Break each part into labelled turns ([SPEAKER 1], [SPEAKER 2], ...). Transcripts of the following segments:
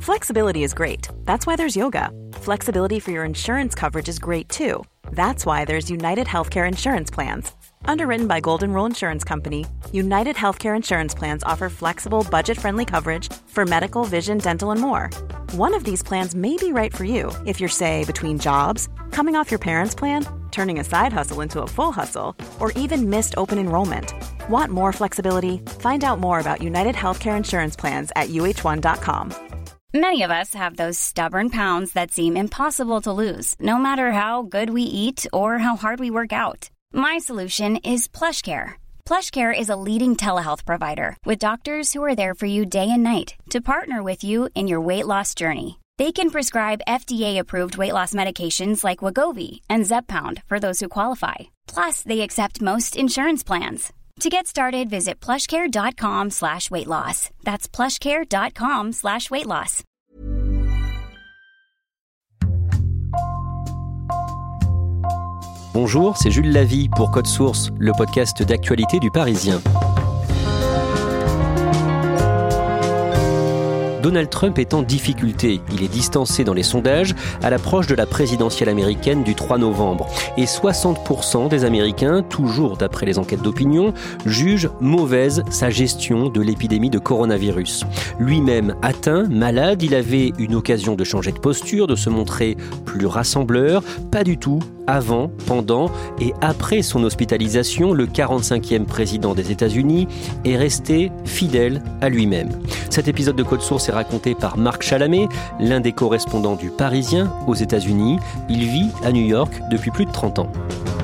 [SPEAKER 1] Flexibility is great. That's why there's yoga. Flexibility for your insurance coverage is great too. That's why there's United Healthcare Insurance Plans. Underwritten by Golden Rule Insurance Company, United Healthcare Insurance Plans offer flexible, budget-friendly coverage for medical, vision, dental, and more. One of these plans may be right for you if you're, say, between jobs, coming off your parents' plan, turning a side hustle into a full hustle, or even missed open enrollment. Want more flexibility? Find out more about United Healthcare Insurance Plans at uh1.com.
[SPEAKER 2] Many of us have those stubborn pounds that seem impossible to lose, no matter how good we eat or how hard we work out. My solution is PlushCare. PlushCare is a leading telehealth provider with doctors who are there for you day and night to partner with you in your weight loss journey. They can prescribe FDA-approved weight loss medications like Wegovy and Zepbound for those who qualify. Plus, they accept most insurance plans. To get started, visit plushcare.com/weightloss. That's plushcare.com/weightloss.
[SPEAKER 3] Bonjour, c'est Jules Lavie pour Code Source, le podcast d'actualité du Parisien. Donald Trump est en difficulté. Il est distancé dans les sondages à l'approche de la présidentielle américaine du 3 novembre. Et 60% des Américains, toujours d'après les enquêtes d'opinion, jugent mauvaise sa gestion de l'épidémie de coronavirus. Lui-même atteint, malade, il avait une occasion de changer de posture, de se montrer plus rassembleur. Pas du tout. Avant, pendant et après son hospitalisation, le 45e président des États-Unis est resté fidèle à lui-même. Cet épisode de Code Source est raconté par Marc Chalamet, l'un des correspondants du Parisien aux États-Unis. Il vit à New York depuis plus de 30 ans.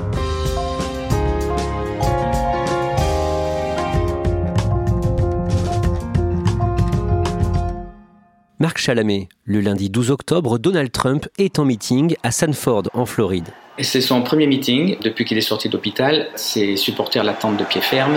[SPEAKER 3] Marc Chalamet, le lundi 12 octobre, Donald Trump est en meeting à Sanford, en Floride.
[SPEAKER 4] Et c'est son premier meeting depuis qu'il est sorti d'hôpital. Ses supporters l'attendent de pied ferme.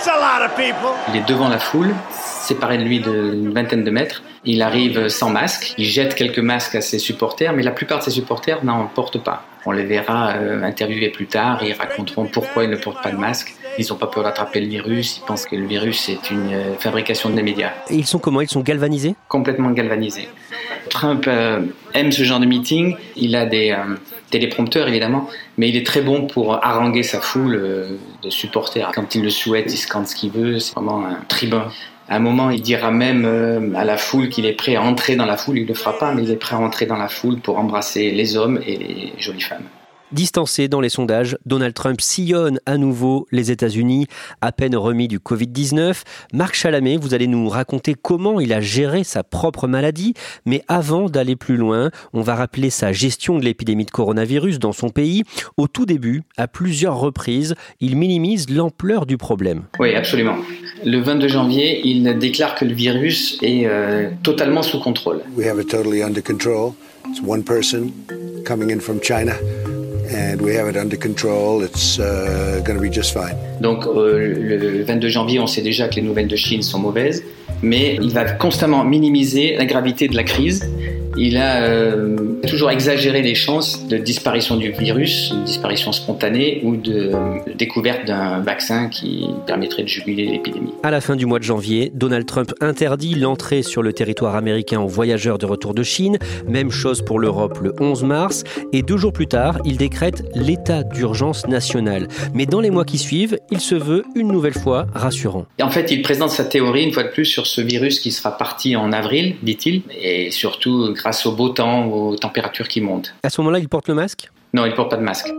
[SPEAKER 4] Il est devant la foule, séparé de lui d'une vingtaine de mètres. Il arrive sans masque. Il jette quelques masques à ses supporters, mais la plupart de ses supporters n'en portent pas. On les verra interviewés plus tard et ils raconteront pourquoi ils ne portent pas de masque. Ils n'ont pas peur d'attraper le virus. Ils pensent que le virus est une fabrication des médias.
[SPEAKER 3] Et ils sont comment ? Ils sont galvanisés ?
[SPEAKER 4] Complètement galvanisés. Trump aime ce genre de meeting. Il a des téléprompteurs évidemment, mais il est très bon pour haranguer sa foule de supporters. Quand il le souhaite, il scande ce qu'il veut. C'est vraiment un tribun. À un moment, il dira même à la foule qu'il est prêt à entrer dans la foule. Il ne le fera pas, mais il est prêt à entrer dans la foule pour embrasser les hommes et les jolies femmes.
[SPEAKER 3] Distancé dans les sondages, Donald Trump sillonne à nouveau les États-Unis, à peine remis du Covid-19. Marc Chalamet, vous allez nous raconter comment il a géré sa propre maladie. Mais avant d'aller plus loin, on va rappeler sa gestion de l'épidémie de coronavirus dans son pays. Au tout début, à plusieurs reprises, il minimise l'ampleur du problème.
[SPEAKER 4] Oui, absolument. Le 22 janvier, il déclare que le virus est totalement sous contrôle.
[SPEAKER 5] We have it totally under control. It's one person coming in from China. And we have it under control. It's going to be just fine.
[SPEAKER 4] Donc le 22 janvier, on sait déjà que les nouvelles de Chine sont mauvaises, mais il va constamment minimiser la gravité de la crise. Il a toujours exagéré les chances de disparition du virus, une disparition spontanée ou de découverte d'un vaccin qui permettrait de juguler l'épidémie.
[SPEAKER 3] À la fin du mois de janvier, Donald Trump interdit l'entrée sur le territoire américain aux voyageurs de retour de Chine. Même chose pour l'Europe le 11 mars. Et 2 jours plus tard, il décrète l'état d'urgence national. Mais dans les mois qui suivent, il se veut une nouvelle fois rassurant.
[SPEAKER 4] Et en fait, il présente sa théorie une fois de plus sur ce virus qui sera parti en avril, dit-il, et surtout grâce au beau temps, aux températures qui montent.
[SPEAKER 3] À ce moment-là, il porte le masque ?
[SPEAKER 4] Non, il ne porte pas de masque.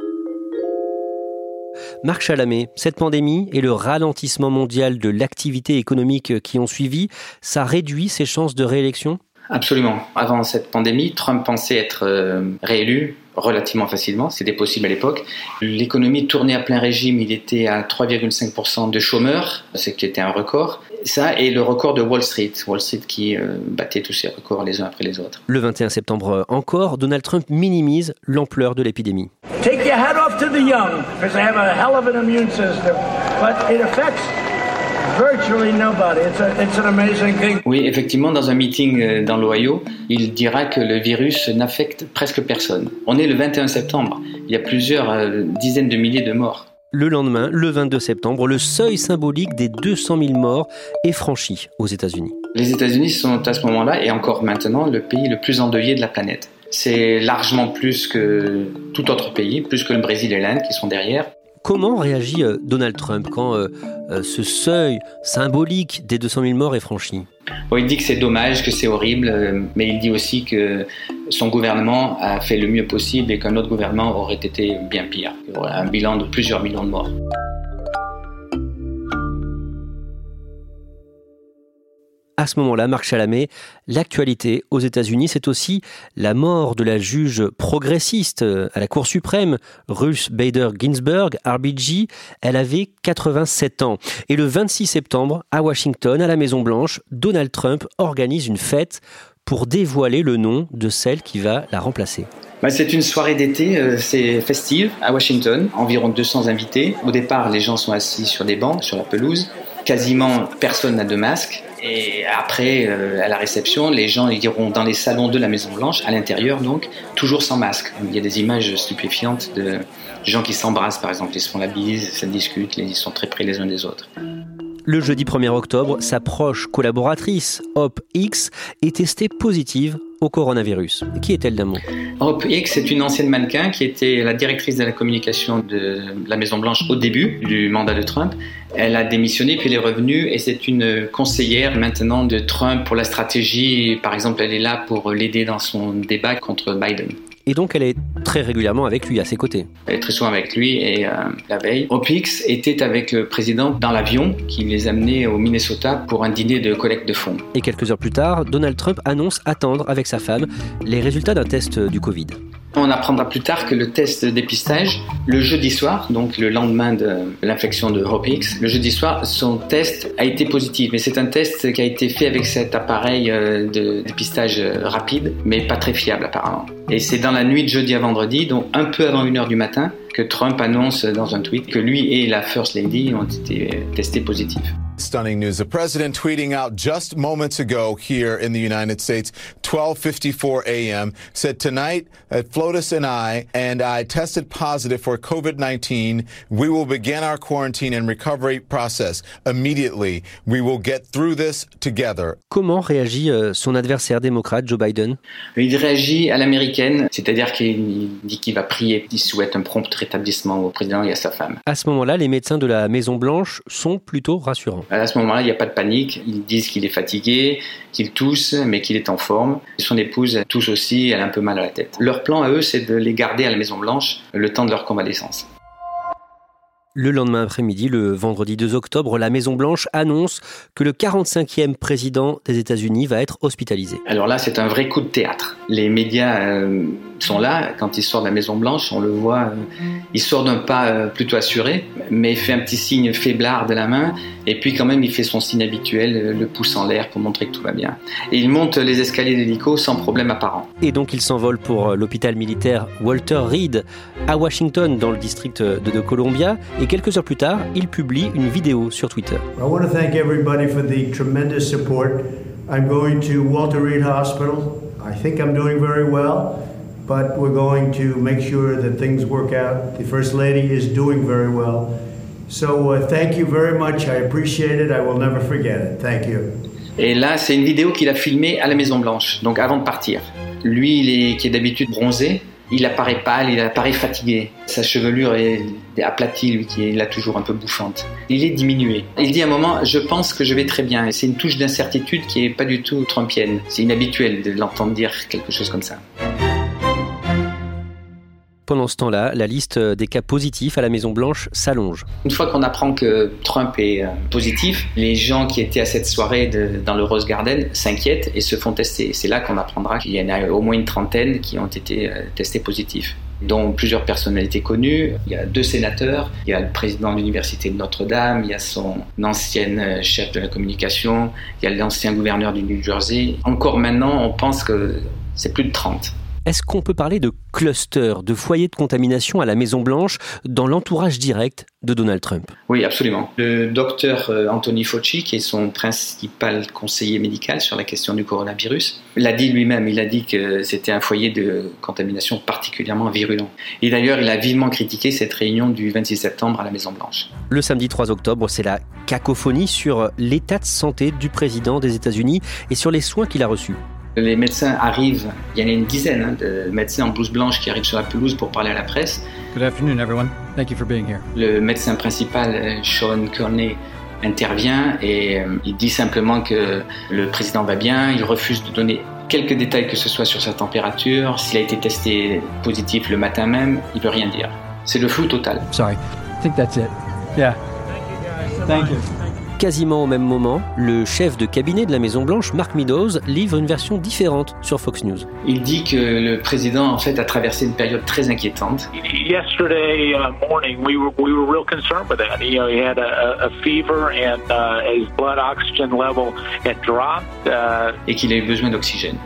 [SPEAKER 3] Marc Chalamet, cette pandémie et le ralentissement mondial de l'activité économique qui ont suivi, ça réduit ses chances de réélection ?
[SPEAKER 4] Absolument. Avant cette pandémie, Trump pensait être réélu relativement facilement, c'était possible à l'époque. L'économie tournait à plein régime, il était à 3,5% de chômeurs, ce qui était un record. Ça et le record de Wall Street qui battait tous ses records les uns après les autres.
[SPEAKER 3] Le 21 septembre encore, Donald Trump minimise l'ampleur de l'épidémie.
[SPEAKER 6] Take your hat off to the young, because they have a hell of an immune system, but it affects virtually nobody. It's an amazing thing.
[SPEAKER 4] Oui, effectivement, dans un meeting dans l'Ohio, il dira que le virus n'affecte presque personne. On est le 21 septembre, il y a plusieurs dizaines de milliers de morts.
[SPEAKER 3] Le lendemain, le 22 septembre, le seuil symbolique des 200 000 morts est franchi aux États-Unis.
[SPEAKER 4] Les États-Unis sont à ce moment-là, et encore maintenant, le pays le plus endeuillé de la planète. C'est largement plus que tout autre pays, plus que le Brésil et l'Inde qui sont derrière.
[SPEAKER 3] Comment réagit Donald Trump quand ce seuil symbolique des 200 000 morts est franchi ?
[SPEAKER 4] Bon, il dit que c'est dommage, que c'est horrible, mais il dit aussi que son gouvernement a fait le mieux possible et qu'un autre gouvernement aurait été bien pire. Il y aurait un bilan de plusieurs millions de morts.
[SPEAKER 3] À ce moment-là, Marc Chalamet, l'actualité aux États-Unis, c'est aussi la mort de la juge progressiste à la Cour suprême, Ruth Bader Ginsburg, RBG. Elle avait 87 ans. Et le 26 septembre, à Washington, à la Maison-Blanche, Donald Trump organise une fête pour dévoiler le nom de celle qui va la remplacer.
[SPEAKER 4] C'est une soirée d'été, c'est festive à Washington, environ 200 invités. Au départ, les gens sont assis sur des bancs, sur la pelouse. Quasiment personne n'a de masque. Et après, à la réception, les gens iront dans les salons de la Maison-Blanche, à l'intérieur donc, toujours sans masque. Il y a des images stupéfiantes de gens qui s'embrassent, par exemple, ils se font la bise, ça discute, ils sont très près les uns des autres.
[SPEAKER 3] Le jeudi 1er octobre, sa proche collaboratrice, Hope Hicks, est testée positive au coronavirus. Qui est-elle d'un mot ?
[SPEAKER 4] Hope Hicks est une ancienne mannequin qui était la directrice de la communication de la Maison-Blanche au début du mandat de Trump. Elle a démissionné puis elle est revenue et c'est une conseillère maintenant de Trump pour la stratégie. Par exemple, elle est là pour l'aider dans son débat contre Biden.
[SPEAKER 3] Et donc elle est très régulièrement avec lui, à ses côtés.
[SPEAKER 4] Elle est très souvent avec lui et la veille, Hope Hicks était avec le président dans l'avion qui les amenait au Minnesota pour un dîner de collecte de fonds.
[SPEAKER 3] Et quelques heures plus tard, Donald Trump annonce attendre avec sa femme les résultats d'un test du Covid.
[SPEAKER 4] On apprendra plus tard que le test de dépistage, le jeudi soir, donc le lendemain de l'infection de Hope Hicks, le jeudi soir, son test a été positif. Mais c'est un test qui a été fait avec cet appareil de dépistage rapide, mais pas très fiable apparemment. Et c'est dans la nuit de jeudi à vendredi, donc un peu avant 1h du matin, que Trump annonce dans un tweet que lui et la First Lady ont été testés positifs.
[SPEAKER 7] Stunning news. The president tweeting out just moments ago here in the United States, 12:54 a.m., said tonight, Flotus and I tested positive for COVID-19. We will begin our quarantine and recovery process immediately. We will get through this together.
[SPEAKER 3] Comment réagit son adversaire démocrate, Joe Biden ?
[SPEAKER 4] Il réagit à l'américaine, c'est-à-dire qu'il dit qu'il va prier, il souhaite un prompt rétablissement au président et à sa femme.
[SPEAKER 3] À ce moment-là, les médecins de la Maison-Blanche sont plutôt rassurants.
[SPEAKER 4] À ce moment-là, il n'y a pas de panique. Ils disent qu'il est fatigué, qu'il tousse, mais qu'il est en forme. Son épouse tousse aussi, elle a un peu mal à la tête. Leur plan à eux, c'est de les garder à la Maison-Blanche le temps de leur convalescence.
[SPEAKER 3] Le lendemain après-midi, le vendredi 2 octobre, la Maison-Blanche annonce que le 45e président des États-Unis va être hospitalisé.
[SPEAKER 4] Alors là, c'est un vrai coup de théâtre. Les médias sont là. Quand il sort de la Maison-Blanche, on le voit, il sort d'un pas plutôt assuré, mais il fait un petit signe faiblard de la main, et puis quand même, il fait son signe habituel, le pouce en l'air pour montrer que tout va bien. Et il monte les escaliers d'hélico sans problème apparent.
[SPEAKER 3] Et donc, il s'envole pour l'hôpital militaire Walter Reed à Washington, dans le district de Columbia. Et quelques heures plus tard, il publie une vidéo sur Twitter.
[SPEAKER 6] I want to thank everybody for the tremendous support. I'm going to Walter Reed Hospital. I think I'm doing very well, but we're going to make sure that things work out. The First Lady is doing very well. So thank you very much. I appreciate it. I will never forget it. Thank you.
[SPEAKER 4] Et là, c'est une vidéo qu'il a filmée à la Maison-Blanche, donc avant de partir. Lui, qui est d'habitude bronzé, il apparaît pâle, il apparaît fatigué. Sa chevelure est aplatie, lui, qui est là toujours un peu bouffante. Il est diminué. Il dit à un moment, je pense que je vais très bien. Et c'est une touche d'incertitude qui est pas du tout trumpienne. C'est inhabituel de l'entendre dire quelque chose comme ça.
[SPEAKER 3] Pendant ce temps-là, la liste des cas positifs à la Maison-Blanche s'allonge.
[SPEAKER 4] Une fois qu'on apprend que Trump est positif, les gens qui étaient à cette soirée dans le Rose Garden s'inquiètent et se font tester. C'est là qu'on apprendra qu'il y en a au moins une trentaine qui ont été testés positifs, dont plusieurs personnalités connues. Il y a 2 sénateurs, il y a le président de l'université de Notre-Dame, il y a son ancienne chef de la communication, il y a l'ancien gouverneur du New Jersey. Encore maintenant, on pense que c'est plus de 30.
[SPEAKER 3] Est-ce qu'on peut parler de cluster, de foyer de contamination à la Maison-Blanche dans l'entourage direct de Donald Trump?
[SPEAKER 4] Oui, absolument. Le docteur Anthony Fauci, qui est son principal conseiller médical sur la question du coronavirus, l'a dit lui-même. Il a dit que c'était un foyer de contamination particulièrement virulent. Et d'ailleurs, il a vivement critiqué cette réunion du 26 septembre à la Maison-Blanche.
[SPEAKER 3] Le samedi 3 octobre, c'est la cacophonie sur l'état de santé du président des États-Unis et sur les soins qu'il a reçus.
[SPEAKER 4] Les médecins arrivent, il y en a une dizaine de médecins en blouse blanche qui arrivent sur la pelouse pour parler à la presse.
[SPEAKER 8] Good afternoon, everyone. Thank you for being here.
[SPEAKER 4] Le médecin principal, Sean Kearney, intervient et il dit simplement que le président va bien. Il refuse de donner quelques détails que ce soit sur sa température. S'il a été testé positif le matin même, il ne veut rien dire. C'est le flou total.
[SPEAKER 8] Sorry. I think that's it. Yeah. Thank you.
[SPEAKER 3] Quasiment au même moment, le chef de cabinet de la Maison-Blanche, Mark Meadows, livre une version différente sur Fox News.
[SPEAKER 4] Il dit que le président, en fait, a traversé une période très inquiétante.
[SPEAKER 9] Yesterday morning, we were real concerned with that. He had a fever and his blood oxygen level had dropped.
[SPEAKER 4] Et qu'il a eu besoin d'oxygène.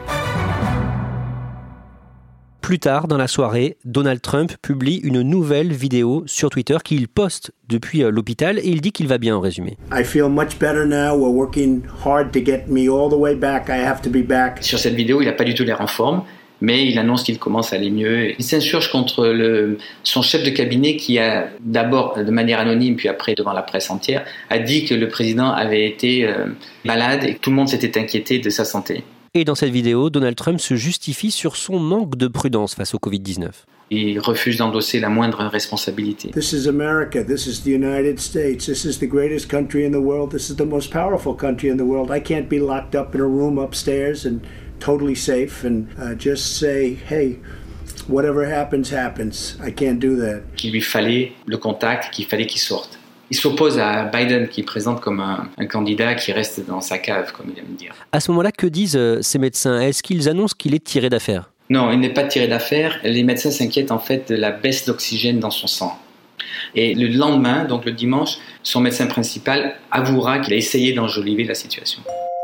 [SPEAKER 3] Plus tard dans la soirée, Donald Trump publie une nouvelle vidéo sur Twitter qu'il poste depuis l'hôpital et il dit qu'il va bien en résumé.
[SPEAKER 6] I feel much better now. We're working hard to get me all the way back. I have to be back.
[SPEAKER 4] Sur cette vidéo, il n'a pas du tout l'air en forme, mais il annonce qu'il commence à aller mieux. Il s'insurge contre son chef de cabinet qui a d'abord, de manière anonyme, puis après devant la presse entière, a dit que le président avait été malade et que tout le monde s'était inquiété de sa santé.
[SPEAKER 3] Et dans cette vidéo, Donald Trump se justifie sur son manque de prudence face au Covid-19.
[SPEAKER 4] Il refuse d'endosser la moindre responsabilité.
[SPEAKER 6] This is America. This is the United States. This is the greatest country in the world. This is the most powerful country in the world. I can't be locked up in a room upstairs and totally safe and just say, hey, whatever happens, happens. I can't do that.
[SPEAKER 4] Il lui fallait le contact, qu'il fallait qu'il sorte. Il s'oppose à Biden, qui présente comme un candidat qui reste dans sa cave, comme il aime dire.
[SPEAKER 3] À ce moment-là, que disent ces médecins? Est-ce qu'ils annoncent qu'il est tiré d'affaire?
[SPEAKER 4] Non, il n'est pas tiré d'affaire. Les médecins s'inquiètent en fait de la baisse d'oxygène dans son sang. Et le lendemain, donc le dimanche, son médecin principal avouera qu'il a essayé d'enjoliver la situation.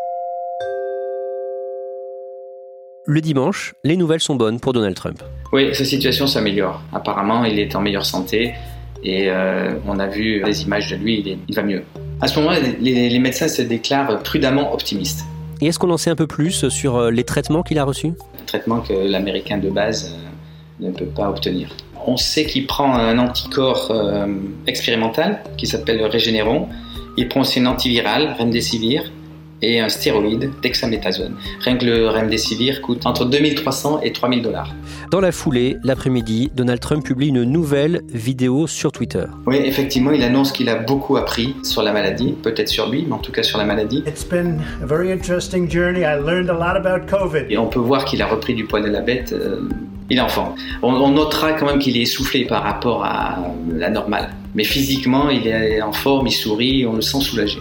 [SPEAKER 3] Le dimanche, les nouvelles sont bonnes pour Donald Trump.
[SPEAKER 4] Oui, sa situation s'améliore. Apparemment, il est en meilleure santé. Et on a vu les images de lui, il va mieux. À ce moment-là, les médecins se déclarent prudemment optimistes.
[SPEAKER 3] Et est-ce qu'on en sait un peu plus sur les traitements qu'il a reçus?
[SPEAKER 4] Un traitement que l'Américain de base ne peut pas obtenir. On sait qu'il prend un anticorps expérimental qui s'appelle le Regeneron. Il prend aussi un antiviral, Remdesivir, et un stéroïde, dexaméthasone. Rien que le Remdesivir coûte entre 2300 et 3000 $.
[SPEAKER 3] Dans la foulée, l'après-midi, Donald Trump publie une nouvelle vidéo sur Twitter.
[SPEAKER 4] Oui, effectivement, il annonce qu'il a beaucoup appris sur la maladie, peut-être sur lui, mais en tout cas sur la maladie.
[SPEAKER 6] It's been a very interesting journey. I learned a lot about COVID.
[SPEAKER 4] Et on peut voir qu'il a repris du poil de la bête. Il est en forme. On notera quand même qu'il est essoufflé par rapport à la normale. Mais physiquement, il est en forme, il sourit, on le sent soulagé.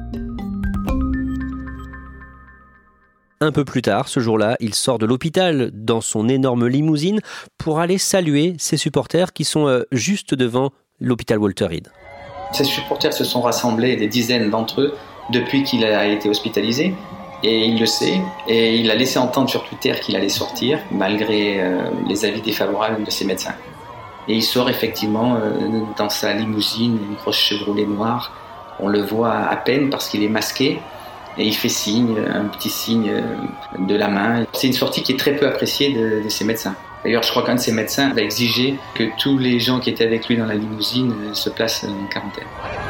[SPEAKER 3] Un peu plus tard, ce jour-là, il sort de l'hôpital dans son énorme limousine pour aller saluer ses supporters qui sont juste devant l'hôpital Walter Reed.
[SPEAKER 4] Ses supporters se sont rassemblés, des dizaines d'entre eux, depuis qu'il a été hospitalisé. Et il le sait, et il a laissé entendre sur Twitter qu'il allait sortir, malgré les avis défavorables de ses médecins. Et il sort effectivement dans sa limousine, une grosse Chevrolet noire. On le voit à peine parce qu'il est masqué. Et il fait signe, un petit signe de la main. C'est une sortie qui est très peu appréciée de ses médecins. D'ailleurs, je crois qu'un de ses médecins va exiger que tous les gens qui étaient avec lui dans la limousine se placent en quarantaine.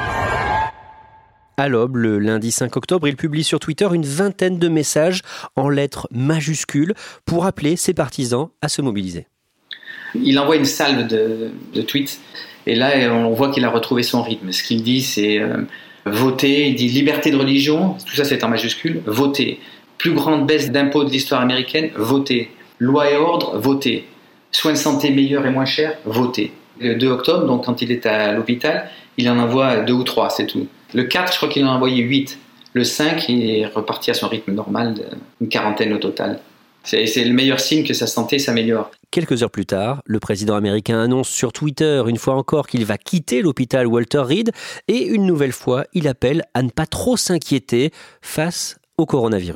[SPEAKER 3] À l'aube, le lundi 5 octobre, il publie sur Twitter une vingtaine de messages en lettres majuscules pour appeler ses partisans à se mobiliser.
[SPEAKER 4] Il envoie une salve de tweets et là, on voit qu'il a retrouvé son rythme. Ce qu'il dit, c'est... voter, il dit liberté de religion, tout ça c'est en majuscule, voter. Plus grande baisse d'impôts de l'histoire américaine, voter. Loi et ordre, voter. Soins de santé meilleurs et moins chers, voter. Le 2 octobre, donc quand il est à l'hôpital, il en envoie 2 ou 3, c'est tout. Le 4, je crois qu'il en a envoyé 8. Le 5, il est reparti à son rythme normal, une quarantaine au total. C'est le meilleur signe que sa santé s'améliore.
[SPEAKER 3] Quelques heures plus tard, le président américain annonce sur Twitter une fois encore qu'il va quitter l'hôpital Walter Reed et une nouvelle fois, il appelle à ne pas trop s'inquiéter face au coronavirus.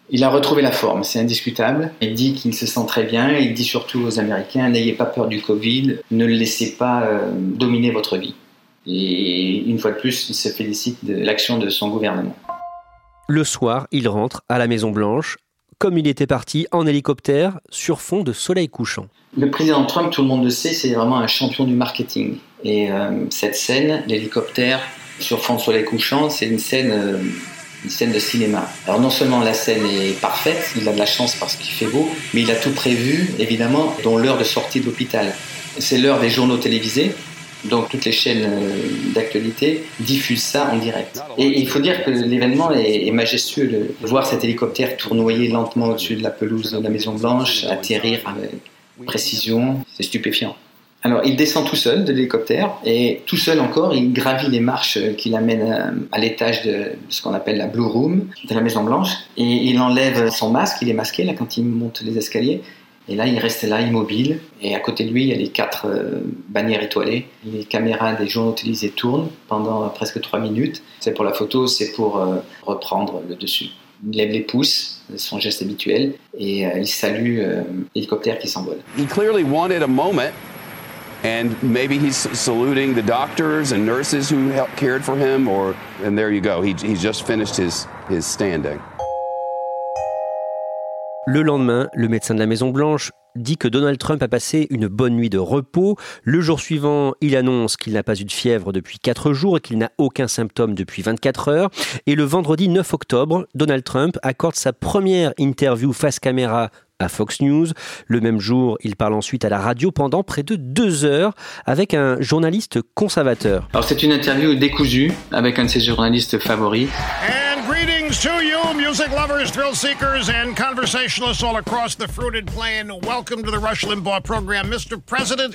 [SPEAKER 4] Il a retrouvé la forme, c'est indiscutable. Il dit qu'il se sent très bien. Il dit surtout aux Américains, n'ayez pas peur du Covid, ne le laissez pas dominer votre vie. Et une fois de plus, il se félicite de l'action de son gouvernement.
[SPEAKER 3] Le soir, il rentre à la Maison-Blanche, comme il était parti en hélicoptère sur fond de soleil couchant.
[SPEAKER 4] Le président Trump, tout le monde le sait, c'est vraiment un champion du marketing. Et cette scène, l'hélicoptère sur fond de soleil couchant, c'est une scène de cinéma. Alors non seulement la scène est parfaite, il a de la chance parce qu'il fait beau, mais il a tout prévu, évidemment, dont l'heure de sortie de l'hôpital. C'est l'heure des journaux télévisés, donc toutes les chaînes d'actualité diffusent ça en direct. Et il faut dire que l'événement est majestueux de voir cet hélicoptère tournoyer lentement au-dessus de la pelouse de la Maison-Blanche, atterrir avec précision, c'est stupéfiant. Alors, il descend tout seul de l'hélicoptère et tout seul encore, il gravit les marches qui l'amènent à l'étage de ce qu'on appelle la Blue Room de la Maison-Blanche et il enlève son masque, il est masqué là quand il monte les escaliers et là, il reste là immobile et à côté de lui, il y a les 4 bannières étoilées. Les caméras des journaux télévisés tournent pendant presque 3 minutes. C'est pour la photo, c'est pour reprendre le dessus. Il lève les pouces, son geste habituel et il salue l'hélicoptère qui s'envole.
[SPEAKER 10] He clearly wanted a moment. And maybe he's saluting the doctors and nurses who cared for him, and there you go. He's just finished his standing.
[SPEAKER 3] Le lendemain, le médecin de la Maison-Blanche dit que Donald Trump a passé une bonne nuit de repos. Le jour suivant, il annonce qu'il n'a pas eu de fièvre depuis 4 jours et qu'il n'a aucun symptôme depuis 24 heures. Et le vendredi 9 octobre, Donald Trump accorde sa première interview face caméra à Fox News. Le même jour, il parle ensuite à la radio pendant près de 2 heures avec un journaliste conservateur.
[SPEAKER 4] Alors c'est une interview décousue avec un de ses journalistes favoris.
[SPEAKER 11] And greetings to you, music lovers, thrill seekers, and conversationalists all across the fruited plain. Welcome to the Rush Limbaugh program. Mr. President,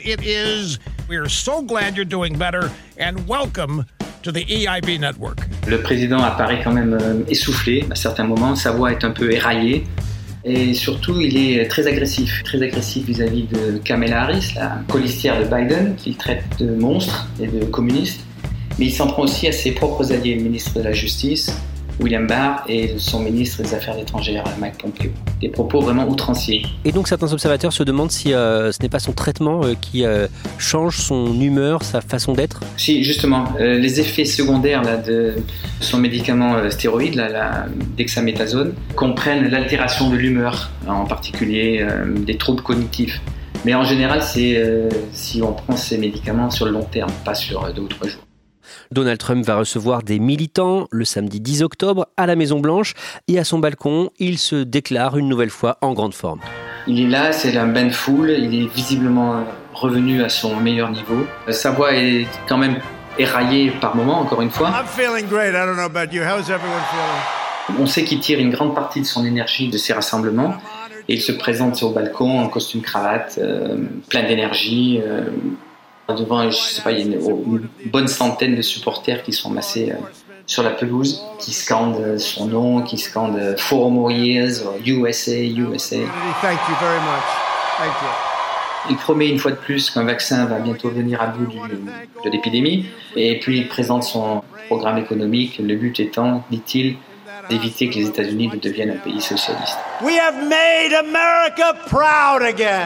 [SPEAKER 11] we are so glad you're doing better, and welcome to the EIB network.
[SPEAKER 4] Le président apparaît quand même essoufflé à certains moments, sa voix est un peu éraillée. Et surtout, il est très agressif vis-à-vis de Kamala Harris, la colistière de Biden, qu'il traite de monstre et de communiste. Mais il s'en prend aussi à ses propres alliés, le ministre de la Justice, William Barr, et son ministre des Affaires étrangères, Mike Pompeo. Des propos vraiment outranciers.
[SPEAKER 3] Et donc certains observateurs se demandent si ce n'est pas son traitement qui change son humeur, sa façon d'être.
[SPEAKER 4] Si, justement, les effets secondaires là, de son médicament stéroïde, la dexaméthasone, comprennent l'altération de l'humeur, en particulier des troubles cognitifs. Mais en général, c'est si on prend ces médicaments sur le long terme, pas sur 2 ou 3 jours.
[SPEAKER 3] Donald Trump va recevoir des militants le samedi 10 octobre à la Maison-Blanche et à son balcon, il se déclare une nouvelle fois en grande forme.
[SPEAKER 4] Il est là, c'est la belle foule, il est visiblement revenu à son meilleur niveau. Sa voix est quand même éraillée par moments, encore une fois.
[SPEAKER 11] I'm feeling great. I don't know about you. How's everyone feeling?
[SPEAKER 4] On sait qu'il tire une grande partie de son énergie de ces rassemblements et il se présente au balcon en costume cravate, plein d'énergie. Devant, je sais pas, il y a une bonne centaine de supporters qui sont massés sur la pelouse, qui scandent son nom, qui scandent 4 more years, USA, USA.
[SPEAKER 11] Thank you very much. Thank you.
[SPEAKER 4] Il promet une fois de plus qu'un vaccin va bientôt venir à bout de l'épidémie. Et puis il présente son programme économique, le but étant, dit-il, d'éviter que les États-Unis ne deviennent un pays socialiste.
[SPEAKER 11] We have made America proud again.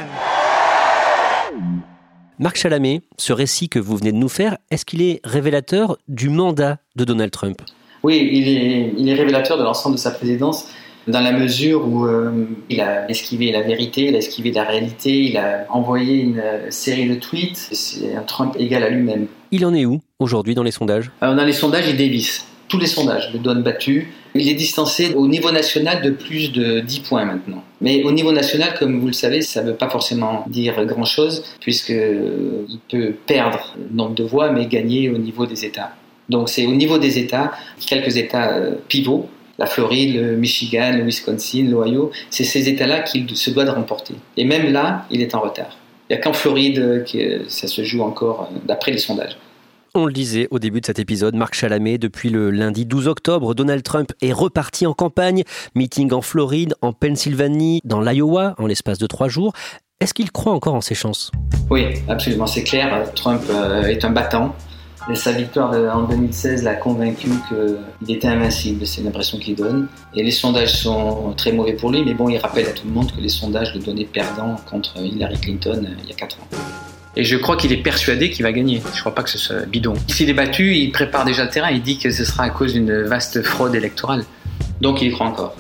[SPEAKER 3] Marc Chalamet, ce récit que vous venez de nous faire, est-ce qu'il est révélateur du mandat de Donald Trump ?
[SPEAKER 4] Oui, il est révélateur de l'ensemble de sa présidence dans la mesure où il a esquivé la vérité, il a esquivé la réalité, il a envoyé une série de tweets. C'est un Trump égal à lui-même.
[SPEAKER 3] Il en est où aujourd'hui dans les sondages ?
[SPEAKER 4] Dans les sondages, il dévisse. Tous les sondages le donnent battu. Il est distancé au niveau national de plus de 10 points maintenant. Mais au niveau national, comme vous le savez, ça ne veut pas forcément dire grand-chose, puisqu'il peut perdre le nombre de voix, mais gagner au niveau des États. Donc c'est au niveau des États, quelques États pivots, la Floride, le Michigan, le Wisconsin, l'Ohio, c'est ces États-là qu'il se doit de remporter. Et même là, il est en retard. Il n'y a qu'en Floride que ça se joue encore d'après les sondages.
[SPEAKER 3] On le disait au début de cet épisode, Marc Chalamet, depuis le lundi 12 octobre, Donald Trump est reparti en campagne, meeting en Floride, en Pennsylvanie, dans l'Iowa, en l'espace de 3 jours. Est-ce qu'il croit encore en ses chances ?
[SPEAKER 4] Oui, absolument, c'est clair. Trump est un battant. Et sa victoire en 2016 l'a convaincu qu'il était invincible, c'est l'impression qu'il donne. Et les sondages sont très mauvais pour lui, mais bon, il rappelle à tout le monde que les sondages le donnaient perdant contre Hillary Clinton il y a 4 ans. Et je crois qu'il est persuadé qu'il va gagner. Je ne crois pas que ce soit bidon. S'il est battu, il prépare déjà le terrain. Il dit que ce sera à cause d'une vaste fraude électorale. Donc il y croit encore.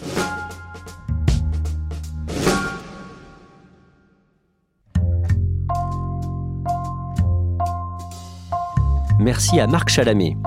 [SPEAKER 3] Merci à Marc Chalamet.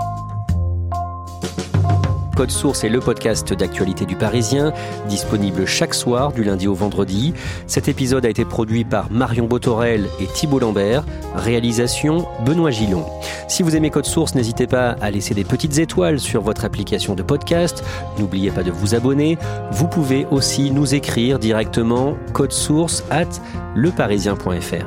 [SPEAKER 3] Code Source est le podcast d'actualité du Parisien, disponible chaque soir du lundi au vendredi. Cet épisode a été produit par Marion Botorel et Thibault Lambert. Réalisation Benoît Gillon. Si vous aimez Code Source, n'hésitez pas à laisser des petites étoiles sur votre application de podcast. N'oubliez pas de vous abonner. Vous pouvez aussi nous écrire directement codesource@leparisien.fr.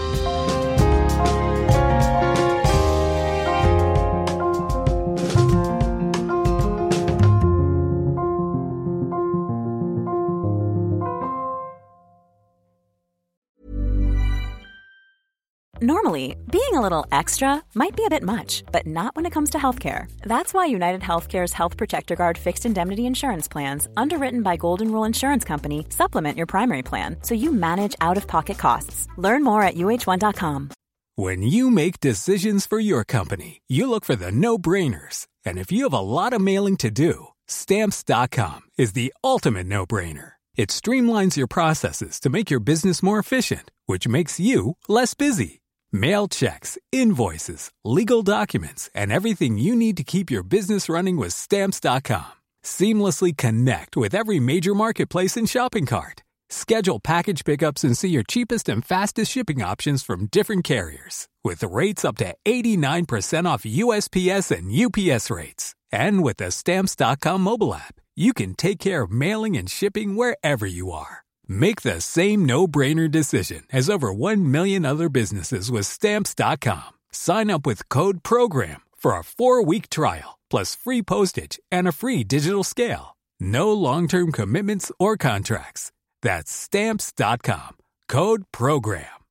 [SPEAKER 1] Normally, being a little extra might be a bit much, but not when it comes to healthcare. That's why United Healthcare's Health Protector Guard fixed indemnity insurance plans, underwritten by Golden Rule Insurance Company, supplement your primary plan so you manage out-of-pocket costs. Learn more at uh1.com.
[SPEAKER 12] When you make decisions for your company, you look for the no-brainers. And if you have a lot of mailing to do, Stamps.com is the ultimate no-brainer. It streamlines your processes to make your business more efficient, which makes you less busy. Mail checks, invoices, legal documents, and everything you need to keep your business running with Stamps.com. Seamlessly connect with every major marketplace and shopping cart. Schedule package pickups and see your cheapest and fastest shipping options from different carriers. With rates up to 89% off USPS and UPS rates. And with the Stamps.com mobile app, you can take care of mailing and shipping wherever you are. Make the same no-brainer decision as over 1 million other businesses with Stamps.com. Sign up with code PROGRAM for a 4-week trial, plus free postage and a free digital scale. No long-term commitments or contracts. That's Stamps.com. Code PROGRAM.